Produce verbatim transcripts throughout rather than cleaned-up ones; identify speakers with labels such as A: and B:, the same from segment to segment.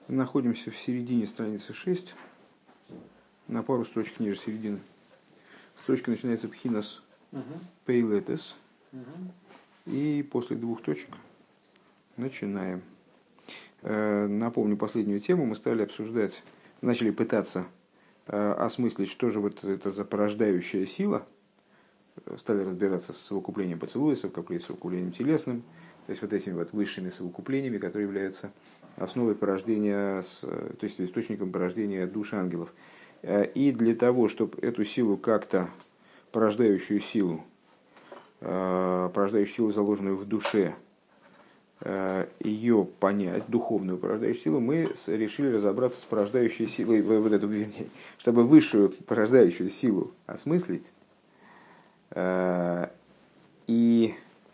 A: Находимся в середине страницы шесть, на пару строчек ниже середины. Строчка начинается пхинас пейлетес, и после двух точек начинаем. Напомню последнюю тему. Мы стали обсуждать, начали пытаться осмыслить, что же вот это за порождающая сила. Стали разбираться с совокуплением поцелуя, совокуплением телесным, то есть вот этими вот высшими совокуплениями, которые являются основой порождения, то есть источником порождения душ ангелов. И для того, чтобы эту силу как-то, порождающую силу, порождающую силу, заложенную в душе, ее понять, духовную порождающую силу, мы решили разобраться с порождающей силой, вот эту, чтобы высшую порождающую силу осмыслить. И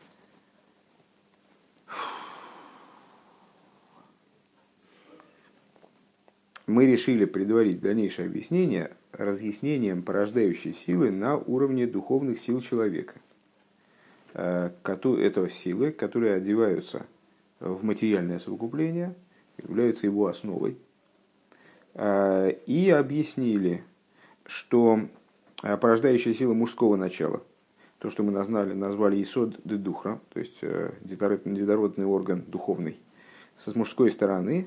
A: мы решили предварить дальнейшее объяснение разъяснением порождающей силы на уровне духовных сил человека. Это силы, которые одеваются в материальное совокупление, являются его основой. И объяснили, что порождающая сила мужского начала, то, что мы назвали, назвали исод де духра, то есть детородный орган духовный, с мужской стороны,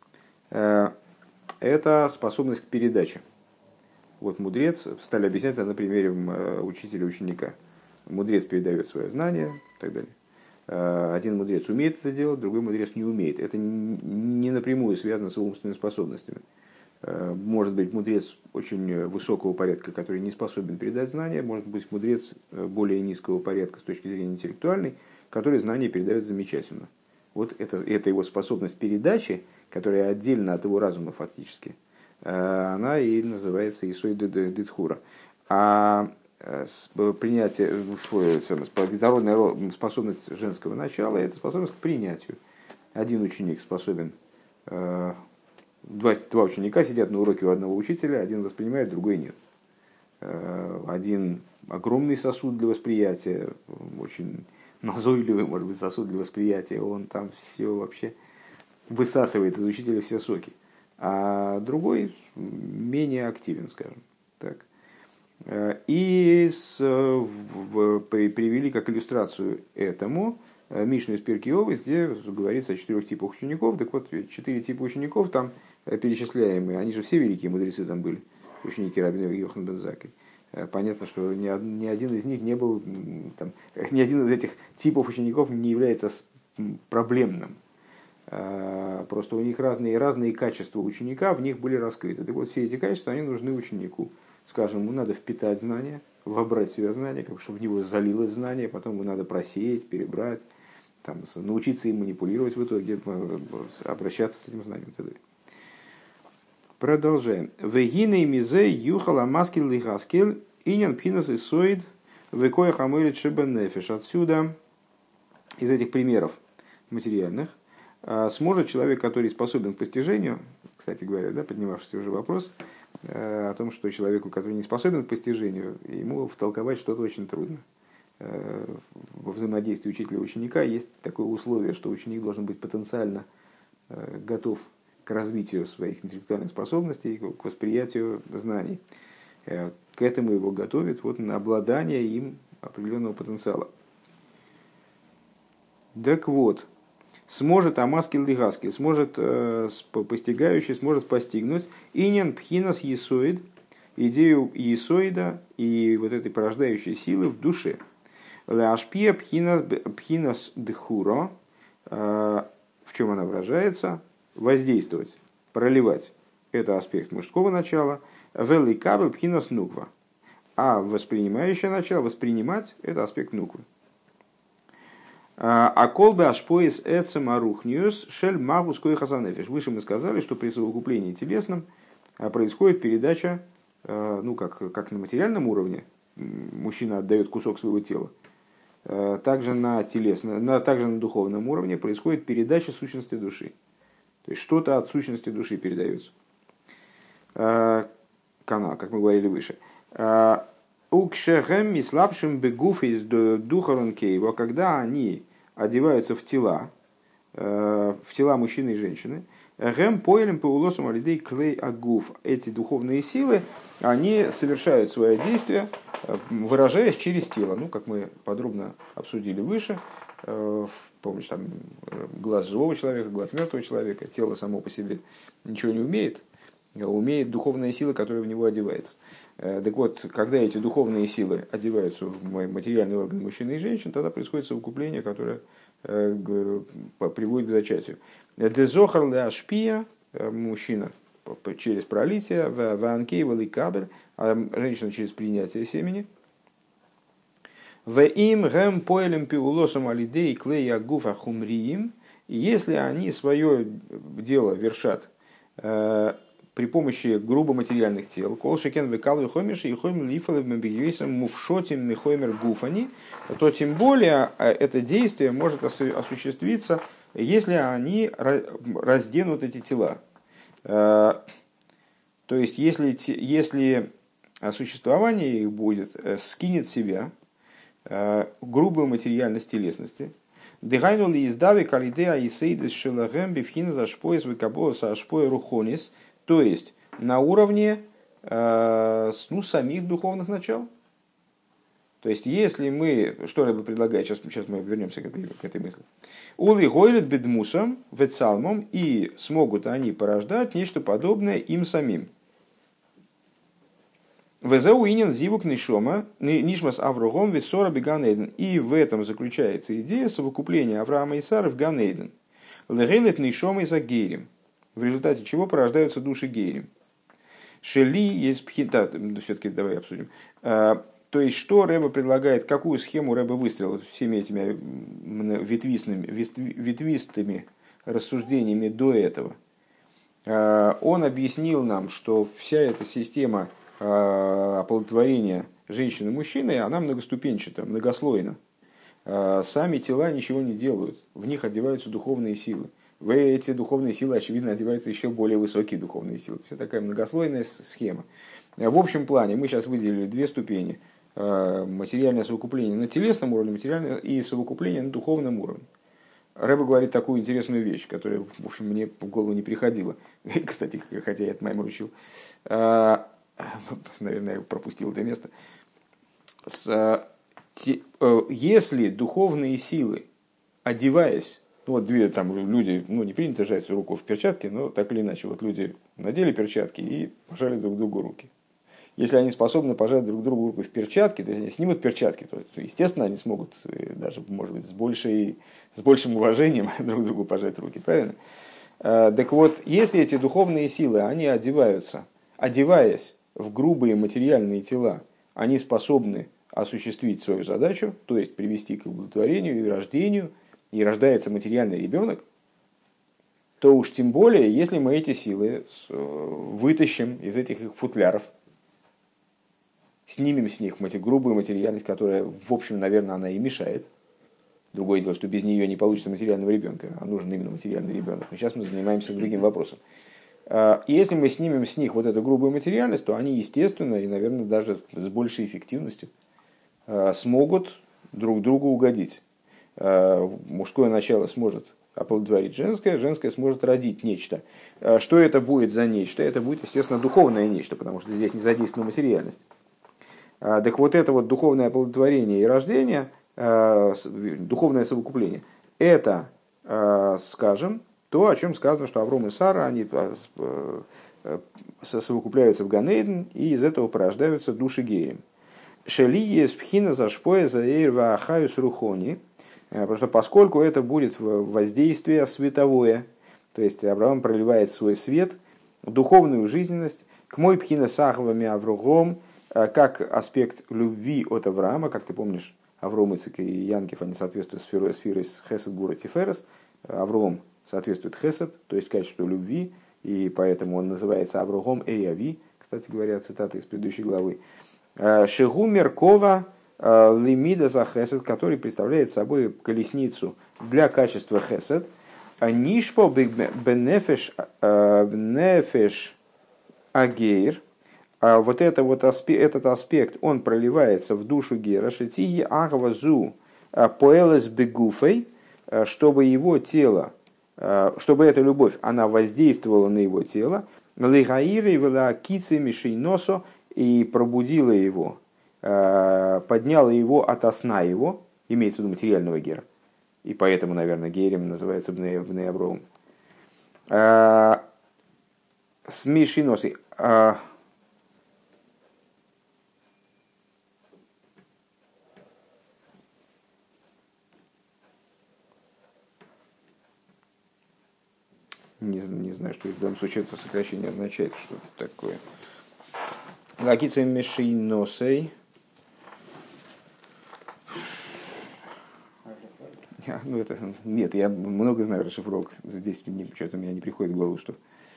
A: это способность к передаче. Вот мудрец, стали объяснять это на примере учителя ученика. Мудрец передает свое знание и так далее. Один мудрец умеет это делать, другой мудрец не умеет. Это не напрямую связано с умственными способностями. Может быть мудрец очень высокого порядка, который не способен передать знания, может быть мудрец более низкого порядка с точки зрения интеллектуальной, который знания передает замечательно. Вот это, это его способность передачи, которая отдельно от его разума фактически, она и называется исой дедхура. А принятие, детородная способность женского начала – это способность к принятию. Один ученик способен, два, два ученика сидят на уроке у одного учителя, один воспринимает, другой нет. Один огромный сосуд для восприятия, очень назойливый, может быть, сосуд для восприятия, он там все вообще высасывает из учителя все соки. А другой менее активен, скажем так. И с, в, привели как иллюстрацию этому Мишну из Пиркей Авот, где говорится о четырех типах учеников. Так вот, четыре типа учеников там перечисляемые, они же все великие мудрецы там были, ученики Рабби Йоханан бен Заккай. Понятно, что ни, ни один из них не был, там, ни один из этих типов учеников не является проблемным. Просто у них разные разные качества ученика, в них были раскрыты. Так вот, все эти качества, они нужны ученику. Скажем, ему надо впитать знания, вобрать в себя знания, чтобы в него залилось знание, потом ему надо просеять, перебрать, там, научиться им манипулировать в итоге, обращаться с этим знанием и так далее. Продолжаем. Вегиней мизе юхала маскил лихаскил иньян пхинас исоид векоя хамойлит шебен нефеш. Отсюда, из этих примеров материальных, сможет человек, который способен к постижению, кстати говоря, да, поднимавшийся уже вопрос о том, что человеку, который не способен к постижению, ему втолковать что-то очень трудно. Во взаимодействии учителя и ученика есть такое условие, что ученик должен быть потенциально готов к развитию своих интеллектуальных способностей, к восприятию знаний. К этому его готовит вот, на обладание им определенного потенциала. Так вот, сможет амаскил лигаскил, сможет э, постигающий, сможет постигнуть иньян пхинас есоид, идею есоида и вот этой порождающей силы в душе. Лашпия пхинас дхуро, э, в чем она выражается? Воздействовать, проливать. Это аспект мужского начала. Великабель пхинас нуква. А воспринимающее начало, воспринимать, это аспект нуквы. А колбе ашпоис эцем арухниус шель магус кой хазанефиш. Выше мы сказали, что при совокуплении телесном происходит передача, ну, как, как на материальном уровне, мужчина отдает кусок своего тела, также на телесном, на, также на духовном уровне происходит передача сущности души. То есть что-то от сущности души передается. Канал, как мы говорили выше. Укшехем и слабшим бегуф из духарон кейва, когда они одеваются в тела, в тела мужчины и женщины, Гэм поэлем паулосом алидей клей агуф. Эти духовные силы, они совершают свое действие, выражаясь через тело. Ну, как мы подробно обсудили выше, помнишь, там глаз живого человека, глаз мертвого человека, тело само по себе ничего не умеет, умеет духовная сила, которая в него одевается. Так вот, когда эти духовные силы одеваются в материальные органы мужчины и женщин, тогда происходит совокупление, которое приводит к зачатию. Дезохар ле ашпия, мужчина через пролитие, ванкей вали кабель, а женщина через принятие семени. В им гэм поэлем пиулосом алидей клей агуфа хумриим. И если они свое дело вершат э, при помощи грубо материальных тел, кол шекен векал вихомиш и хомим лифалем бигвейсом мувшотим михомер гуфани, то тем более это действие может осуществиться, если они разденут эти тела. Э, то есть, если, если существование их будет, скинет себя грубую материальность телесности. Дыхайнули издави калидеа и сейдес шелагем бифхина зашпоис выкаболоса ашпоя рухонис. То есть на уровне ну, самих духовных начал. То есть если мы, что Рэбе предлагает, сейчас, сейчас мы вернемся к этой, к этой мысли. Улы гойлет бедмусом вецалмом, и смогут они порождать нечто подобное им самим. Везеуинен зивук нишома нишмас Аврогом висора беганейден. И в этом заключается идея совокупления Авраама и Сары в Ганейден. Легейлет нишома и загейрим. В результате чего порождаются души гейрим. Шели есть пхита. Все-таки давай обсудим. То есть, что Рэбе предлагает, какую схему Рэбе выстроил всеми этими ветвистыми, ветвистыми рассуждениями до этого. Он объяснил нам, что вся эта система оплодотворения женщины и мужчины, она многоступенчата, многослойна. Сами тела ничего не делают, в них одеваются духовные силы. В эти духовные силы, очевидно, одеваются еще более высокие духовные силы. Все такая многослойная схема. В общем плане мы сейчас выделили две ступени. Материальное совокупление на телесном уровне, материальное и совокупление на духовном уровне. Рэбе говорит такую интересную вещь, которая, в общем, мне в голову не приходила. Кстати, хотя я это маймор учил. Наверное, я пропустил это место. Если духовные силы, одеваясь, ну вот две там люди, ну не принято жать руку в перчатке, но так или иначе, вот люди надели перчатки и пожали друг другу руки. Если они способны пожать друг другу руку в перчатке, то есть они снимут перчатки, то, то естественно они смогут даже, может быть, с, большей, с большим уважением друг другу пожать руки, правильно? Так вот, если эти духовные силы, они одеваются, одеваясь в грубые материальные тела, они способны осуществить свою задачу, то есть привести к оплодотворению и рождению, и рождается материальный ребенок, то уж тем более, если мы эти силы вытащим из этих их футляров, снимем с них грубую материальность, которая, в общем, наверное, она и мешает. Другое дело, что без нее не получится материального ребенка, а нужен именно материальный ребенок. Но сейчас мы занимаемся другим вопросом. Если мы снимем с них вот эту грубую материальность, то они, естественно, и, наверное, даже с большей эффективностью смогут друг другу угодить. Мужское начало сможет оплодотворить женское, женское сможет родить нечто. Что это будет за нечто? Это будет, естественно, духовное нечто, потому что здесь не задействована материальность. Так вот это вот духовное оплодотворение и рождение, духовное совокупление, это, скажем, то, о чем сказано, что Авром и Сара, они совокупляются в Ганейден, и из этого порождаются души геем. Шели есть пхина зашпоя за эйрва ахаюс рухони, потому что поскольку это будет воздействие световое, то есть Авраам проливает свой свет, духовную жизненность, к мой пхина сахвами Аврогом, как аспект любви от Авраама, как ты помнишь, Авром, Ицек и Янкев, они соответствуют сфере, сфере Хесед, Гура, Тиферес. Авром соответствует Хесед, то есть качеству любви, и поэтому он называется Аврогом Эйави, кстати говоря, цитата из предыдущей главы. Шигу Меркова Лимида за Хесед, который представляет собой колесницу для качества Хесед. Нишпо бенефеш агейр. Вот, это вот аспект, этот аспект, он проливается в душу Гера, шетии агвазу поэлес бегуфей, чтобы его тело чтобы эта любовь, она воздействовала на его тело, лигаиры вела кицы мишейносо, и пробудила его, подняла его ото сна его, имеется в виду материального гера, и поэтому, наверное, герем называется бней Авроам. С мишейносой. Не, не знаю, что в данном случае это сокращение означает, что это такое. Лакица мешиносей. Ну, это, нет, я много знаю расшифровок. Здесь что-то у меня не приходит в голову, что.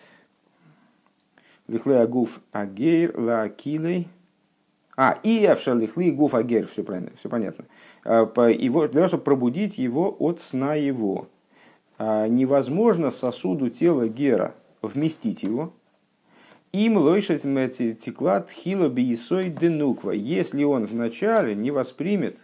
A: Лихлей агуф агейр лакилей. А, и авшар лихлей гуф агейр. Все правильно, все понятно. Его, для того, чтобы пробудить его от сна его. Невозможно сосуду тела гера вместить его. Им лойшет теклат хило биесой денуква. Если он вначале не воспримет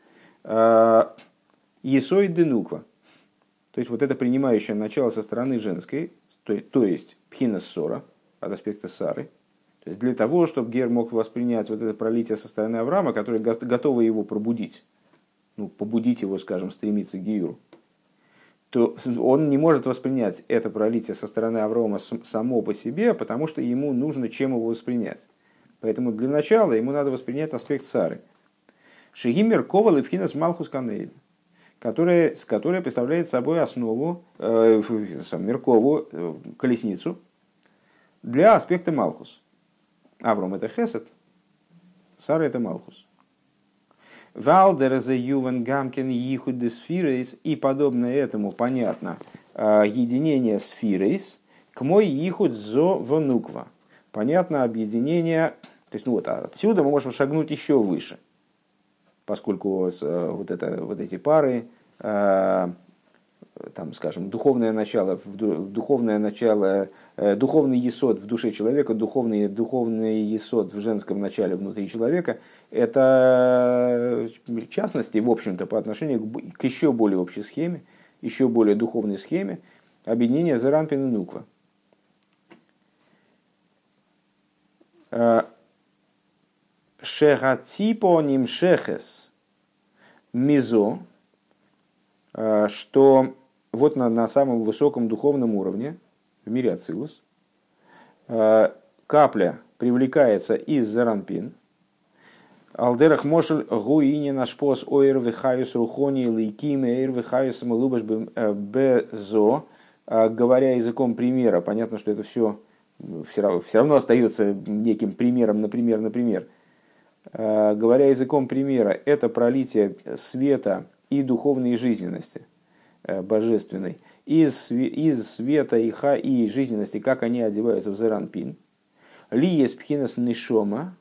A: есой денуква, то есть вот это принимающее начало со стороны женской, то, то есть пхина ссора от аспекта сары, то есть для того, чтобы гер мог воспринять вот это пролитие со стороны Авраама, которое готово его пробудить, ну, побудить его, скажем, стремиться к гиюру, то он не может воспринять это пролитие со стороны Авраама само по себе, потому что ему нужно чем его воспринять. Поэтому для начала ему надо воспринять аспект сары. Шигимер ковал и вхинас малхус канейль, которая, которая представляет собой основу, э, меркову э, колесницу для аспекта малхус. Авром это хесед, сара это малхус. Валдер за ювен гамкин ихуд сфирейс, и подобно этому понятно единение сфирейс к мой ихуд зо вонуква. Понятно объединение, то есть ну вот отсюда мы можем шагнуть еще выше, поскольку вот, это, вот эти пары, там, скажем, духовное начало, духовное начало, духовный есод в душе человека, духовный, духовный есод в женском начале внутри человека, это в частности, в общем-то, по отношению к еще более общей схеме, еще более духовной схеме объединения Зеранпин и Нуква. Шехатипо нимшехес мизо, что вот на, на самом высоком духовном уровне, в мире Ацилус, капля привлекается из Заранпин. Алдерах мошель гуини нашпос оир вихаюс рухони лейким эйр вихаюс малубаш безо. Говоря языком примера, понятно, что это все все равно, все равно остается неким примером, например, например. Говоря языком примера, это пролитие света и духовной жизненности божественной из, из света и ха и жизненности, как они одеваются в Зеранпин. Ли есть пхинас нишома,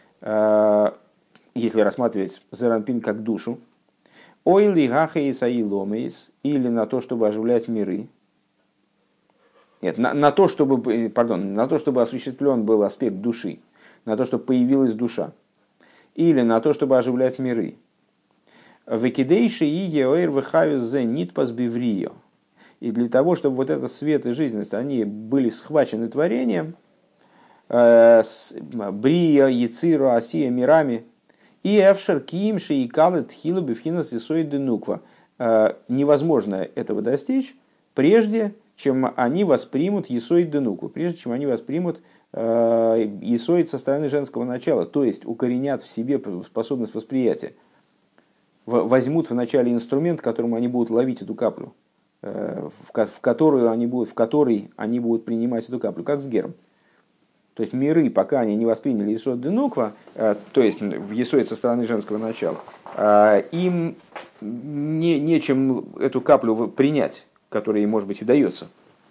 A: если рассматривать Зеранпин как душу. Ой ли гахаис аиломейс, или на то, чтобы оживлять миры. Нет, на, на то, чтобы, пардон, на то, чтобы осуществлен был аспект души, на то, чтобы появилась душа, или на то, чтобы оживлять миры. Векидейши и еоэр вихаю зе нитпас биврио. И для того, чтобы вот этот свет и жизненность, они были схвачены творением, э, брио, яциру, асия, мирами, и эфшер кимши и калы тхилу бифхинас и соиденуква. Невозможно этого достичь прежде, чем они воспримут есоид денуку, прежде чем они воспримут э, есоид со стороны женского начала, то есть укоренят в себе способность восприятия. Возьмут вначале инструмент, которым они будут ловить эту каплю, э, в, в, которую они будут, в который они будут принимать эту каплю, как с гером. То есть миры, пока они не восприняли есоид денуква, э, то есть есоид со стороны женского начала, э, им не, нечем эту каплю принять, который, может быть, и дается.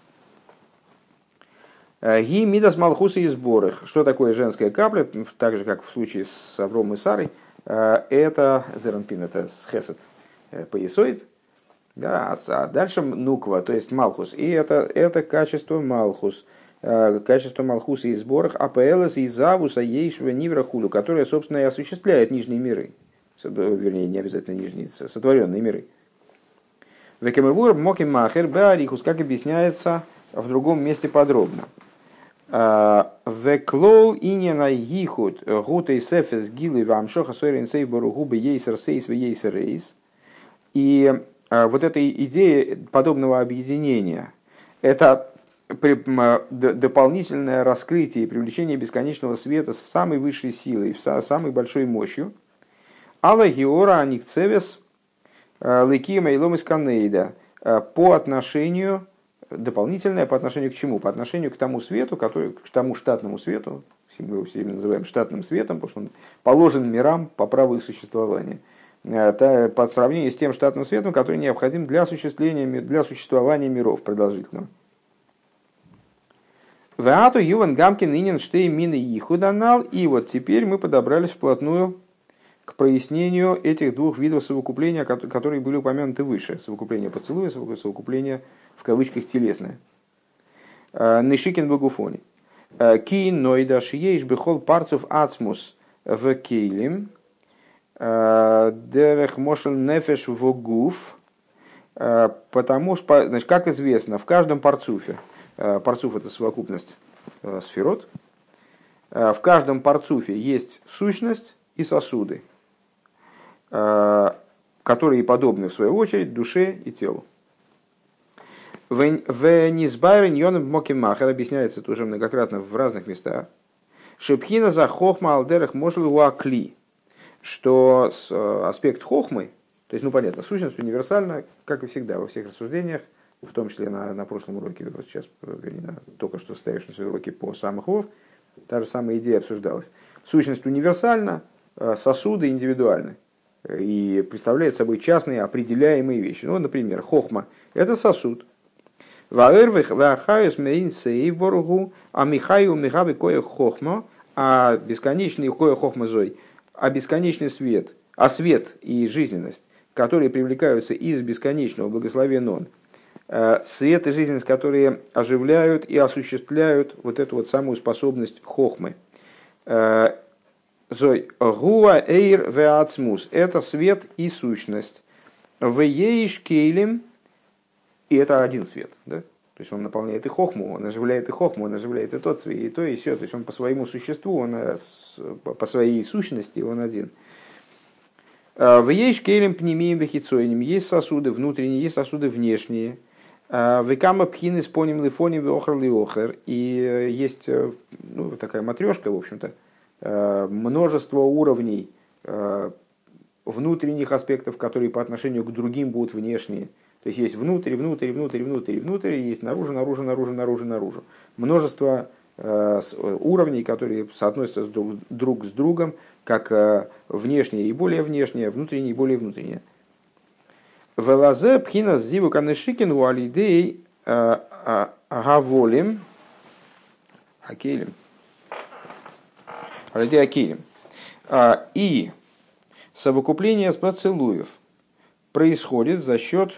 A: Ги мидас малхуса и сборах. Что такое женская капля? Так же, как в случае с Авром и Сарой, это зеранпин, это схесед поясоид, да, а дальше нуква, то есть малхус. И это, это качество малхус, качество малхуса и сборах, апэлэс и завуса ейшва ниврахулю, которое, собственно, и осуществляет нижние миры, вернее, не обязательно нижние, сотворенные миры. Векемевур моким махер беарихус, как объясняется в другом месте подробно. Веклол иньяна йихуд гутей сефес гилы вамшоха сойрен сей боругубы ейсер сейс вейсер рейс. И вот эта идея подобного объединения – это дополнительное раскрытие и привлечение бесконечного света с самой высшей силой, с самой большой мощью. Алла геора аникцевес лекима илом из канейда по отношению, дополнительное по отношению к чему? По отношению к тому свету, который, к тому штатному свету, мы его все время называем штатным светом, потому что он положен мирам по праву их существования, по сравнению с тем штатным светом, который необходим для осуществления, для существования миров продолжительного. Ваату Юван Гамкин Инин Штей Мины Ихуданал. И вот теперь мы подобрались вплотную к прояснению этих двух видов совокупления, которые были упомянуты выше. Совокупление поцелуя, совокупление в кавычках телесное. Нишикин Багуфони. Ки нойда шиеш бехол парцов ацмус в кейлим. Дерех мошел нефеш в гуф. Потому что, значит, как известно, в каждом парцуфе, парцуф — это совокупность сферот, в каждом парцуфе есть сущность и сосуды, которые подобны, в свою очередь, душе и телу. В Низбайрен Йоном Мокимахер объясняется тоже многократно в разных местах. Шепхина за хохма алдерах мошел уакли, что аспект хохмы, то есть, ну понятно, сущность универсальна, как и всегда, во всех рассуждениях, в том числе на, на прошлом уроке, вот сейчас, вернее, на, только что состоявшемся уроке по самых вов, та же самая идея обсуждалась. Сущность универсальна, сосуды индивидуальны и представляет собой частные определяемые вещи. Ну, например, хохма – это сосуд. А бесконечный кое хохма зой, а бесконечный свет, а свет и жизненность, которые привлекаются из бесконечного, благословен он, свет и жизненность, которые оживляют и осуществляют вот эту вот самую способность хохмы. Зой гуа эйр веацмус — это свет и сущность. Вееиш кейлем — и это один свет, да? То есть он наполняет и хохму, он оживляет и хохму, он оживляет и тот свет, и то, и все. То есть он по своему существу, он, по своей сущности он один. В ейш кейлем пнемием вехицойним — есть сосуды внутренние, есть сосуды внешние. Векама пхины с поним лифоним веохр лиохер. И есть, ну, такая матрешка, в общем-то, множество уровней внутренних аспектов, которые по отношению к другим будут внешние. То есть есть внутрь, внутрь, внутрь, внутрь, внутрь, и есть наружу, наружу, наружу, наружу, наружу. Множество уровней, которые соотносятся друг, друг с другом, как внешнее и более внешнее, внутреннее и более внутреннее. Велазе пхина зиву канешикин у алидей гаволим акелем. Алидей акелем. И совокупление с поцелуев происходит за счет,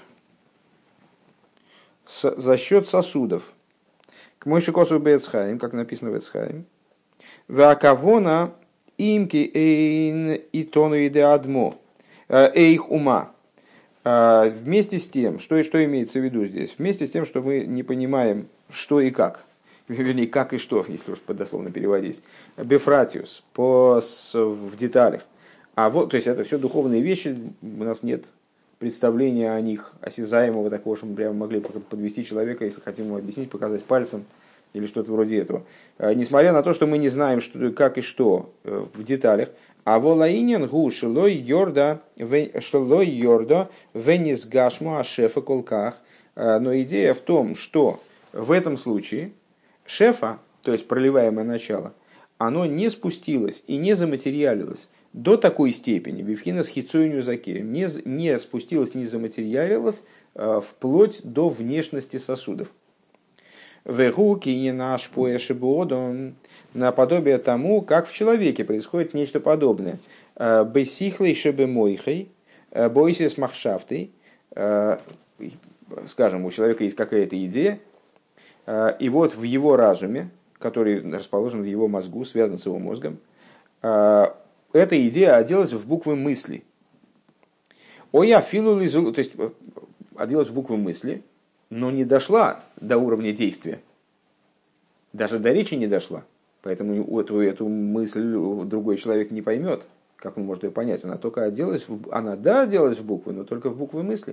A: за счет сосудов. К мойшикосу бецхаим, как написано в Эцхаим. Веакавона имки эйн итону иде адмо эйх ума. Вместе с тем, что и что имеется в виду здесь, вместе с тем, что мы не понимаем, что и как, вернее, как и что, если уж дословно переводить, бефратиус, по, в деталях. А вот, то есть это все духовные вещи, у нас нет представления о них, осязаемого такого, что мы прямо могли подвести человека, если хотим ему объяснить, показать пальцем или что-то вроде этого. Несмотря на то, что мы не знаем, что, как и что в деталях, а волаинен гу шелой йорда шелой йорда венис гашму ашефа колках. Но идея в том, что в этом случае шефа, то есть проливаемое начало, оно не спустилось и не заматериалилось до такой степени, бифхина с хицуиню заки, не, не спустилось, не заматериалилось вплоть до внешности сосудов. Вегу кинина шпоэшебуодон, наподобие тому, как в человеке происходит нечто подобное. Бесихлей шебемойхей, бойсис махшафтой. Скажем, у человека есть какая-то идея, и вот в его разуме, который расположен в его мозгу, связан с его мозгом, эта идея оделась в буквы мысли. Оя филу лизу, то есть оделась в буквы мысли, но не дошла до уровня действия. Даже до речи не дошла. Поэтому эту, эту мысль другой человек не поймет. Как он может ее понять? Она только оделась, в, она да, оделась в буквы, но только в буквы мысли.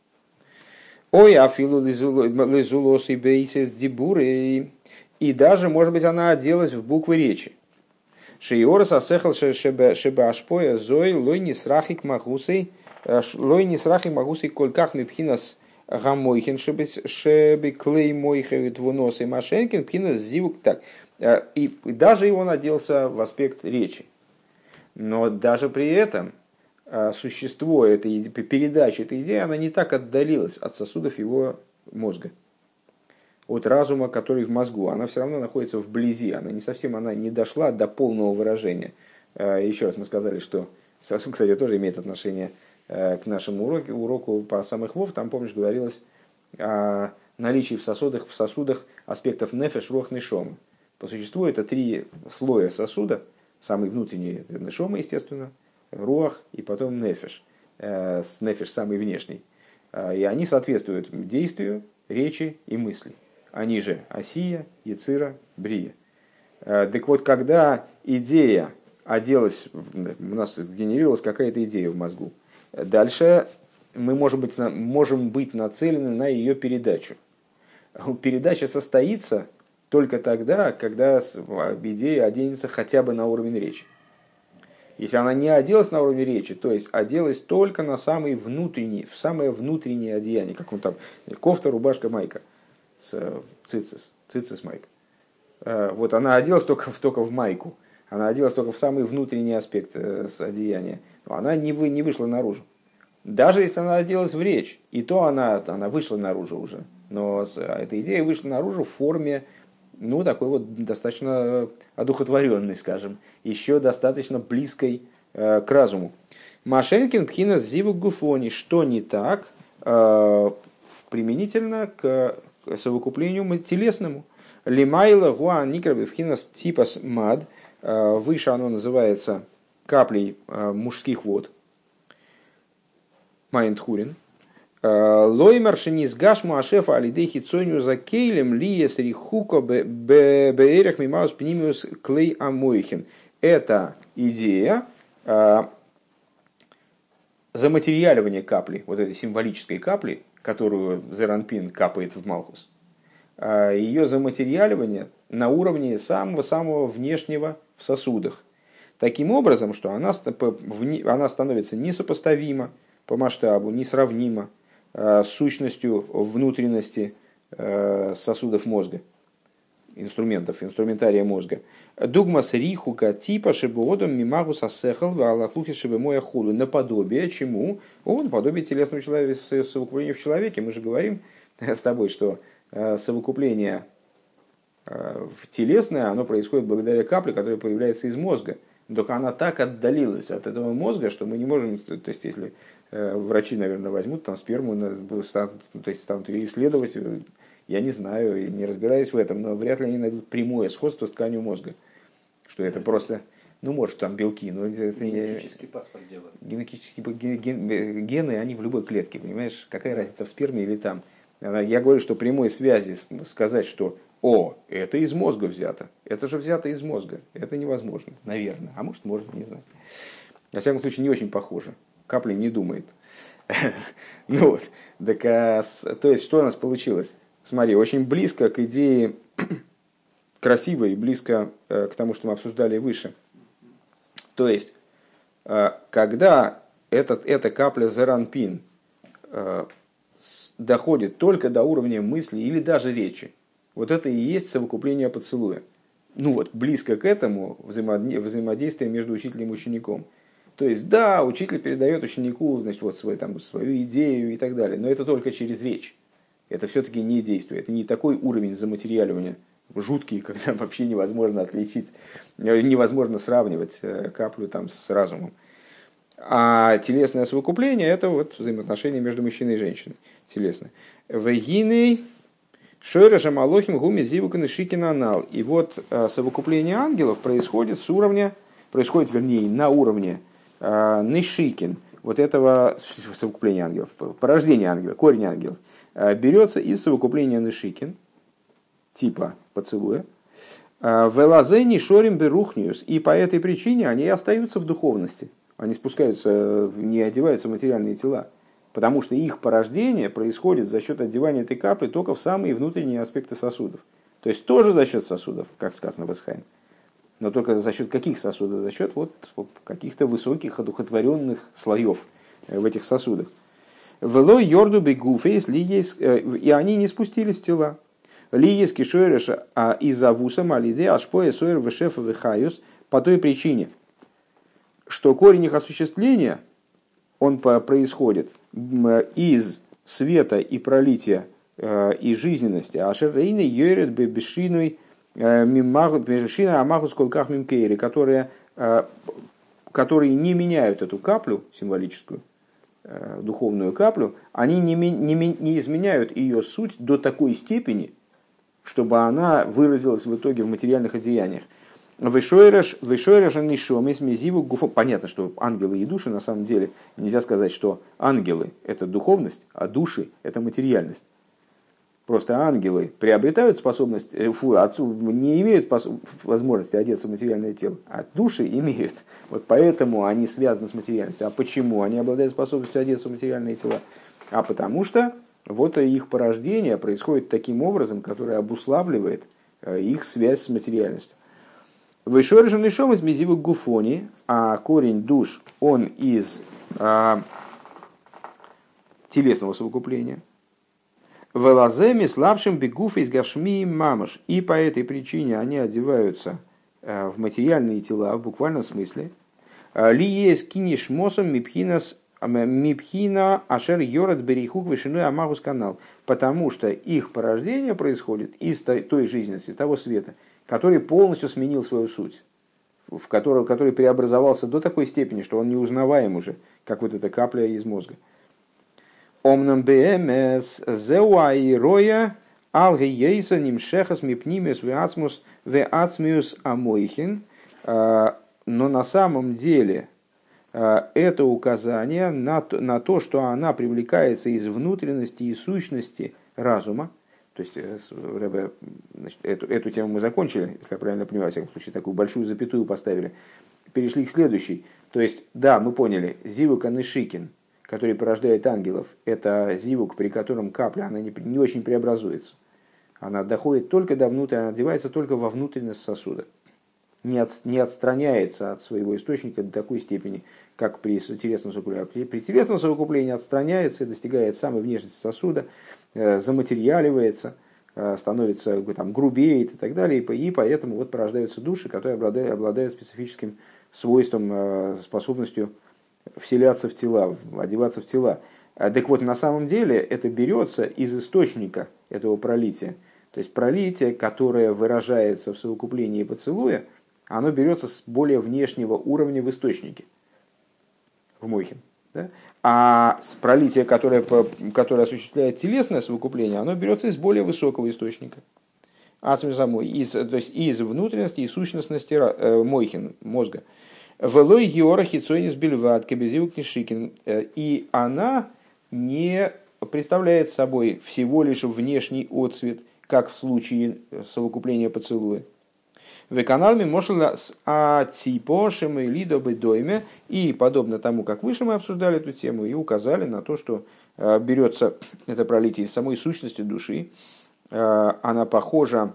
A: Ой, афилу лизулос и бейсес дибуры. И даже, может быть, она оделась в буквы речи. Шиорас асехал шеба ашпоя зой лой не срахик магусей лой не срахик магусей кольках мипхинас гамойхин шебе клей мойхевит вунос и машенкин пхинас зивук. Так. И даже он оделся в аспект речи. Но даже при этом существо этой передачи этой идеи, она не так отдалилась от сосудов его мозга, от разума, который в мозгу. Она все равно находится вблизи, она не совсем, она не дошла до полного выражения. Еще раз мы сказали, что сосуд, кстати, тоже имеет отношение к нашему уроку, уроку по самых вов. Там, помнишь, говорилось о наличии в сосудах, в сосудах аспектов нефеш, руах, нешома. По существу это три слоя сосуда. Самый внутренний – это нешома, естественно, руах и потом нефеш. С нефеш самый внешний. И они соответствуют действию, речи и мысли. Они же осия, яцира, брия. Так вот, когда идея оделась, у нас генерировалась какая-то идея в мозгу, дальше мы можем быть, можем быть нацелены на ее передачу. Передача состоится только тогда, когда идея оденется хотя бы на уровень речи. Если она не оделась на уровне речи, то есть оделась только на самый внутренний, в самое внутреннее одеяние, как он там, кофта, рубашка, майка, с цицис, цицис майка. Вот она оделась только, только в майку, она оделась только в самый внутренний аспект одеяния, но она не, вы, не вышла наружу. Даже если она оделась в речь, и то она, она вышла наружу уже, но эта идея вышла наружу в форме, ну, такой вот достаточно одухотворенной, скажем, еще достаточно близкой э, к разуму. Машенкин пхинас зиву гуфони, что не так э, применительно к совокуплению телесному. Лимайла гуа никраби пхинас типас мад, э, выше оно называется каплей э, мужских вод, майндхурин. Лоймар шенис гашму ашефа алидейхи цоню за кейлем лиес рихуко беэрах мимаус пнимиус клей амойхин. Это идея заматериаливания капли, вот этой символической капли, которую Зеранпин капает в Малхус. Ее заматериаливание на уровне самого-самого внешнего в сосудах. Таким образом, что она, она становится несопоставима по масштабу, несравнима с сущностью внутренности сосудов мозга, инструментов, инструментария мозга. Дугмас рихука типа шебуодом мимагус асехал валахлухи шебемоя худу. Наподобие чему? О, наподобие телесного человека, совокупления в человеке. Мы же говорим с тобой, что совокупление телесное, оно происходит благодаря капле, которая появляется из мозга. Только она так отдалилась от этого мозга, что мы не можем, то есть если врачи, наверное, возьмут там сперму, станут, то есть станут ее исследовать, я не знаю, не разбираюсь в этом, но вряд ли они найдут прямое сходство с тканью мозга. Что это просто, ну, может, там белки, но это
B: генетический паспорт делают.
A: Генетические ген, гены, они в любой клетке, понимаешь? Какая разница, в сперме или там? Я говорю, что прямой связи сказать, что о, это из мозга взято. Это же взято из мозга. Это невозможно, наверное. А может, можно, не знаю. Во всяком случае, не очень похоже. Капля не думает. Ну вот. Так, а, то есть, что у нас получилось? Смотри, очень близко к идее, красиво и близко к тому, что мы обсуждали выше. То есть, когда этот, эта капля зеранпин доходит только до уровня мысли или даже речи, вот это и есть совокупление поцелуя. Ну вот, близко к этому взаимодействие между учителем и учеником. То есть, да, учитель передает ученику, значит, вот свой, там, свою идею и так далее, но это только через речь. Это все-таки не действие, это не такой уровень заматериаливания жуткий, когда вообще невозможно отличить, невозможно сравнивать каплю там с разумом. А телесное совокупление – это вот взаимоотношения между мужчиной и женщиной, телесное. Вегиней шойраша малохим гуми зивуканы шикина анал. И вот совокупление ангелов происходит с уровня, происходит, вернее, на уровне нишикин. вот этого совокупления ангелов, порождения ангелов, корень ангелов, берется из совокупления нешикин, типа поцелуя, велазени шорим берухниус, и по этой причине они остаются в духовности, они спускаются, не одеваются в материальные тела, потому что их порождение происходит за счет одевания этой капли только в самые внутренние аспекты сосудов. То есть тоже за счет сосудов, как сказано в Эсхайме. Но только за счет каких сосудов? За счет вот каких-то высоких, одухотворенных слоев в этих сосудах. Вело йорду бегуфейс лиес, и они не спустились в тела. Лиес кишойреша а из авуса малиде ашпоя сойер вешефа вехаюс, по той причине, что корень их осуществления, он происходит из света и пролития и жизненности. Ашер рейны йорет бешиной мимшина амахус колках мимкейри, которые которые не меняют эту каплю символическую, духовную каплю, они не, не, не изменяют ее суть до такой степени, чтобы она выразилась в итоге в материальных одеяниях. Понятно, что ангелы и души, на самом деле, нельзя сказать, что ангелы – это духовность, а души – это материальность. Просто ангелы приобретают способность, фу, отцу не имеют возможности одеться в материальное тело, а души имеют. Вот поэтому они связаны с материальностью. А почему они обладают способностью одеться в материальные тела? А потому что вот их порождение происходит таким образом, который обуславливает их связь с материальностью. Вышоржен лишом из мизивы гуфони, а корень душ, он из а, телесного совокупления. Велаземи слабшим бегуф из гашми мамаш. И по этой причине они одеваются в материальные тела в буквальном смысле. Ли есть киниш мосом мипхинас мипхина ашер йорат берихук вышиной амагус канал. Потому что их порождение происходит из той жизненности, того света, который полностью сменил свою суть, в который, который преобразовался до такой степени, что он неузнаваем уже, как вот эта капля из мозга. Омнам бмс зеуай роя алги ейса нимшехас мипнимес веацмус веацмиус амойхин. Но на самом деле это указание на то, на то, что она привлекается из внутренности и сущности разума. То есть Ребе, значит, эту, эту тему мы закончили, если я правильно понимаю, в всяком случае, такую большую запятую поставили. Перешли к следующей. То есть, да, мы поняли, зивук анышикин, который порождает ангелов, это зивук, при котором капля она не, не очень преобразуется. Она доходит только до внутренности, она одевается только во внутренность сосуда. Не, от, не отстраняется от своего источника до такой степени, как при телесном совокуплении. При, при телесном совокуплении отстраняется и достигает самой внешности сосуда, э, заматериаливается, э, становится там, грубеет и так далее. И, и поэтому вот порождаются души, которые обладают, обладают специфическим свойством, э, способностью вселяться в тела, одеваться в тела. Так вот, на самом деле это берется из источника этого пролития. То есть пролитие, которое выражается в совокуплении поцелуя, оно берется с более внешнего уровня в источнике, в мойхин. Да? А пролитие, которое, которое осуществляет телесное совокупление, оно берется из более высокого источника. Асми самой, из, то есть из внутренности и сущностности э, мойхин, мозга. Велой геора хицойнис бельват кабезивук нишикин. И она не представляет собой всего лишь внешний отцвет, как в случае совокупления поцелуя. В канале мошла с аципошем и лидобедойме. И подобно тому, как выше мы обсуждали эту тему и указали на то, что берется это пролитие из самой сущности души, она похожа.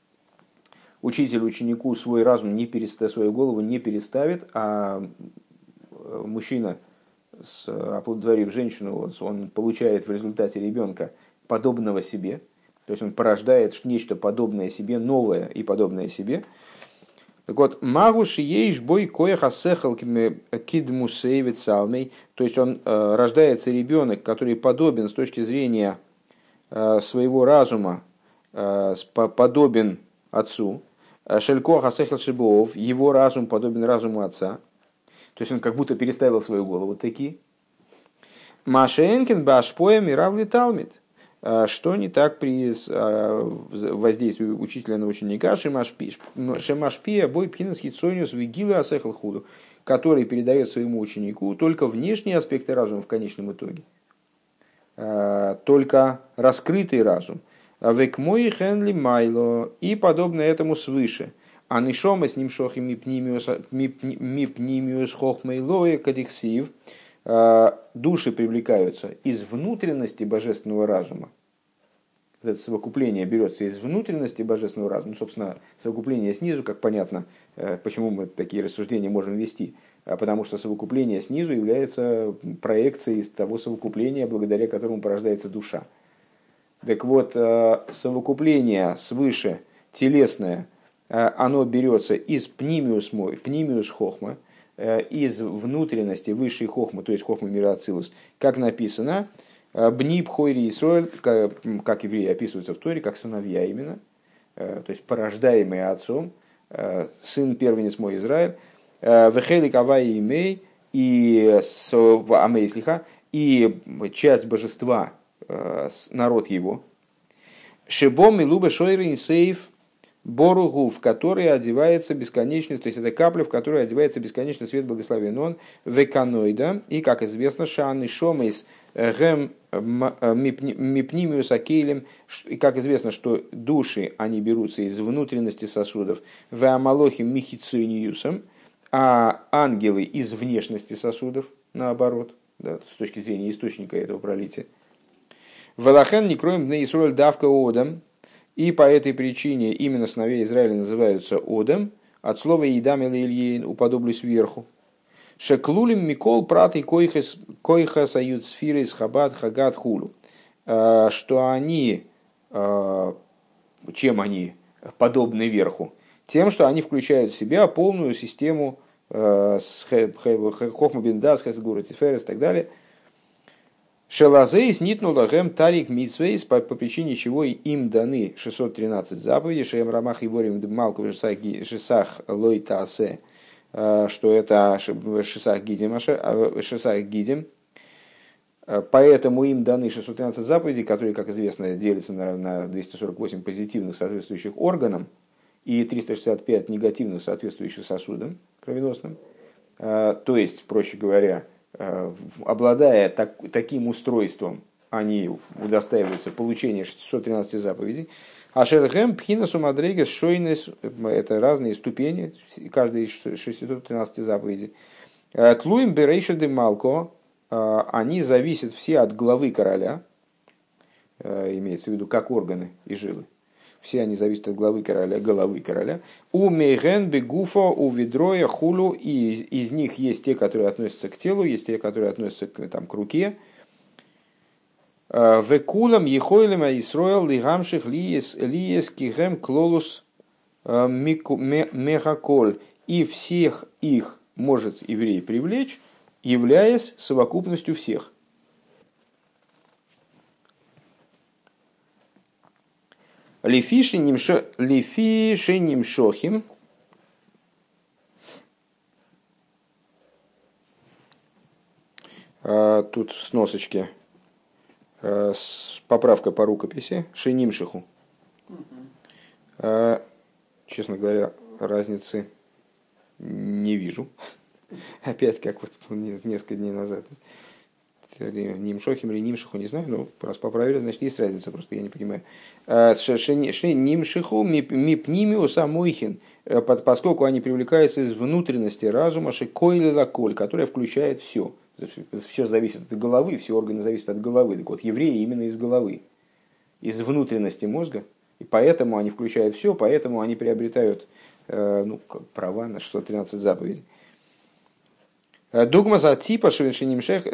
A: Учитель ученику свой разум не переставит, свою голову не переставит, а мужчина, оплодотворив женщину, он получает в результате ребенка подобного себе, то есть он порождает нечто подобное себе, новое и подобное себе. Так вот, магуш ейш бой коях асехал кидму сейвит салмей, то есть он рождается ребенок, который подобен с точки зрения своего разума, подобен отцу. Шелько хасехил шибов, его разум подобен разуму отца. То есть он как будто переставил свою голову таки. Машенкин башпоя миравли талмит. Что не так при воздействии учителя на ученика? Шемашпия бой пхинас хитсониус вигила асехл худу, который передает своему ученику только внешние аспекты разума в конечном итоге, только раскрытый разум. Век мой хенли майло, и подобно этому свыше. А нишома с ним шохи мипнимиус хохмейлоя кадихсив. Души привлекаются из внутренности божественного разума. Это совокупление берется из внутренности божественного разума. Ну, собственно, совокупление снизу, как понятно, почему мы такие рассуждения можем вести. Потому что совокупление снизу является проекцией из того совокупления, благодаря которому порождается душа. Так вот, совокупление свыше, телесное, оно берется из пнимиус мой, пнимиус хохма, из внутренности высшей хохмы, то есть хохмы мира Ацилус, как написано, бнип хойри Исроэль, как евреи описываются в Торе, как сыновья именно, то есть порождаемые отцом, сын первенец мой Израиль, вехелик авай имей, и амей слиха, и часть божества, народ его, шебом и луба шойри инсейф, Боругу, в который одевается бесконечность, то есть это капля, в которой одевается бесконечный свет благословен он, веканоида, и, как известно, шаны шомейс гэм мипнимиус акейлем, и, как известно, что души, они берутся из внутренности сосудов, веамалохим михицуиниусом, а ангелы из внешности сосудов, наоборот, да, с точки зрения источника этого пролития. Валахен не кроем дне Исруэль давка одам. И по этой причине именно сыновья Израиля называются Одем, от слова «Идам или Ильейн» уподоблюсь вверху. Шеклулим Микол прат и койха сают сфиры из хабат хагат хулу. Что они, чем они подобны верху? Тем, что они включают в себя полную систему хохма бендас, хэсгура тиферес и так далее. Шелазейс нитнула гэм тарик митсвейс, по причине чего им даны шестьсот тринадцать заповедей, шеем рамах и ворим малку шесах лой таасе, что это шесах гидим, шесах гидим. Поэтому им даны шестьсот тринадцать заповедей, которые, как известно, делятся на двести сорок восемь позитивных, соответствующих органам, и триста шестьдесят пять негативных, соответствующих сосудам кровеносным. То есть, проще говоря, обладая так, таким устройством, они удостаиваются получения шестисот тринадцати заповедей. Ашерхэм пхинасу мадрейгас шойнес, это разные ступени, каждой из шестисот тринадцати заповедей. Тлуим берейша де малко, они зависят все от главы короля, имеется в виду как органы и жилы. Все они зависят от главы короля, головы короля. У мейген бегуфа, у ведроя, хулу, и из, из них есть те, которые относятся к телу, есть те, которые относятся к, там, к руке. Векулам ехойлем аисроэл лигамших лиес лиес кихем клолус мехаколь. И всех их может еврей привлечь, являясь совокупностью всех. Лифиши нимшохим. Тут сносочки. Поправка по рукописи. Шинимшиху. Честно говоря, разницы не вижу. Опять как вот несколько дней назад. Нимшохим или нимшиху, не знаю, но раз поправили, значит есть разница, просто я не понимаю. Нимшиху мипнимиус амойхин, поскольку они привлекаются из внутренности разума, шикойли лаколь, которая включает все. Все зависит от головы, все органы зависят от головы. Так вот, евреи именно из головы, из внутренности мозга, и поэтому они включают все, поэтому они приобретают ну, права на шестьсот тринадцать заповедей. Дугма за типа шенимшех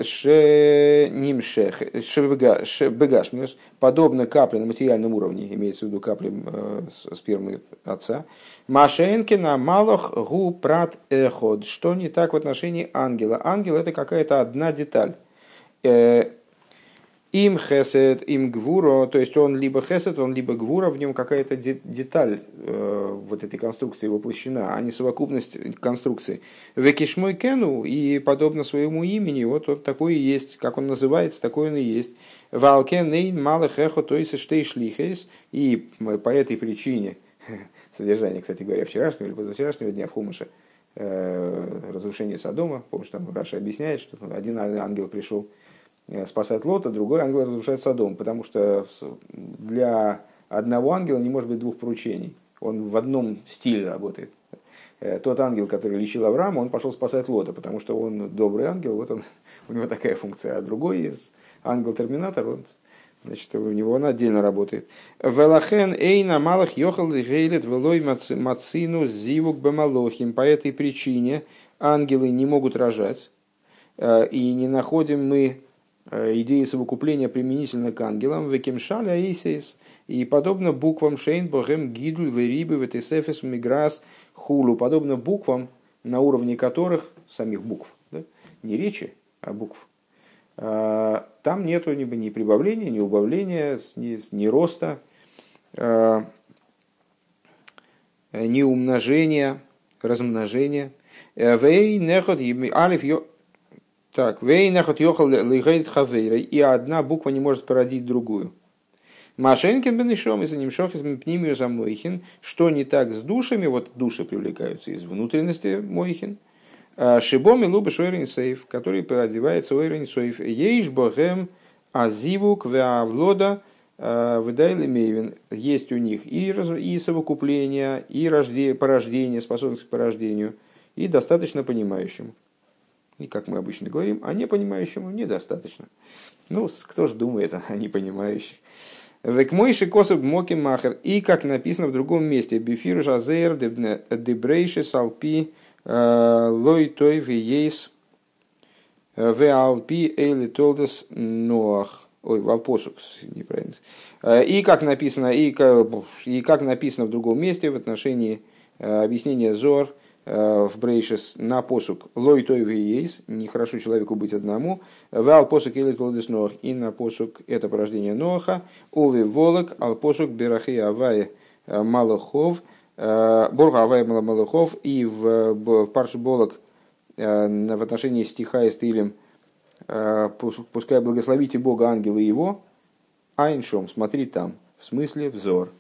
A: бегашмиус, подобно капле на материальном уровне, имеется в виду капли спермы отца. Машенкина малох гу прат эход. Что не так в отношении ангела? Ангел — это какая-то одна деталь. Им хесед, им гвуро, то есть он либо хесед, он либо гвура, в нем какая-то деталь э, вот этой конструкции воплощена, а не совокупность конструкции. Векишмой кену, и подобно своему имени, вот он такой и есть, как он называется, такой он и есть. Валкен нейн малых эхо, то есть штей шлихейс, и по этой причине, содержание, кстати говоря, вчерашнего или позавчерашнего дня в Хумаше, э, разрушение Содома, помнишь, там Раша объясняет, что один ангел пришел спасать Лота, другой ангел разрушает Содом, потому что для одного ангела не может быть двух поручений. Он в одном стиле работает. Тот ангел, который лечил Авраама, он пошел спасать Лота, потому что он добрый ангел, вот он, у него такая функция. А другой ангел-терминатор, он, значит, у него он отдельно работает. Велахен эйна малах йохал гейлет велой мацину зивук бемалохим. По этой причине ангелы не могут рожать, и не находим мы идеи совокупления применительно к ангелам, векемшаля исейс, и подобно буквам шейн богем гидль верибы ветесефес миграс хулу, подобно буквам, на уровне которых, самих букв, да, не речи, а букв, там нету ни, ни прибавления, ни убавления, ни, ни роста, ни умножения, размножения. Вей нехот алиф йо. Так, вейнахот йохал лигейт хавейра, и одна буква не может породить другую. Машенкин бенешом из анимшохис пнимию за мойхин, что не так с душами, вот души привлекаются из внутренности мойхин. Шибоми лубы шойрин сейф, который одевается ойрин сейф. Ейш богем азивук веавлода выдайли мейвин. Есть у них и, раз, и совокупление, и рождение, порождение, способность к порождению, и достаточно понимающему. И, как мы обычно говорим, а непонимающему недостаточно. Ну, кто же думает о непонимающих? Векмойши косов моки махер. И, как написано в другом месте, бифир жазер дебрейши салпи лой той вейс веалпи эйли толдес ноах. Ой, валпосук, неправильно. И, как написано, и, и как написано в другом месте в отношении объяснения Зор, в Брейшес на посук лой той вейс, нехорошо человеку быть одному, вал посук или толдес ноах, и на посук это порождение Ноаха, ови волок, ал посук берахи авай малохов, борга авай малохов, и в, в парш болок в отношении стиха и стилем пускай благословите Бога ангелы его, айншом, смотри там, в смысле взор.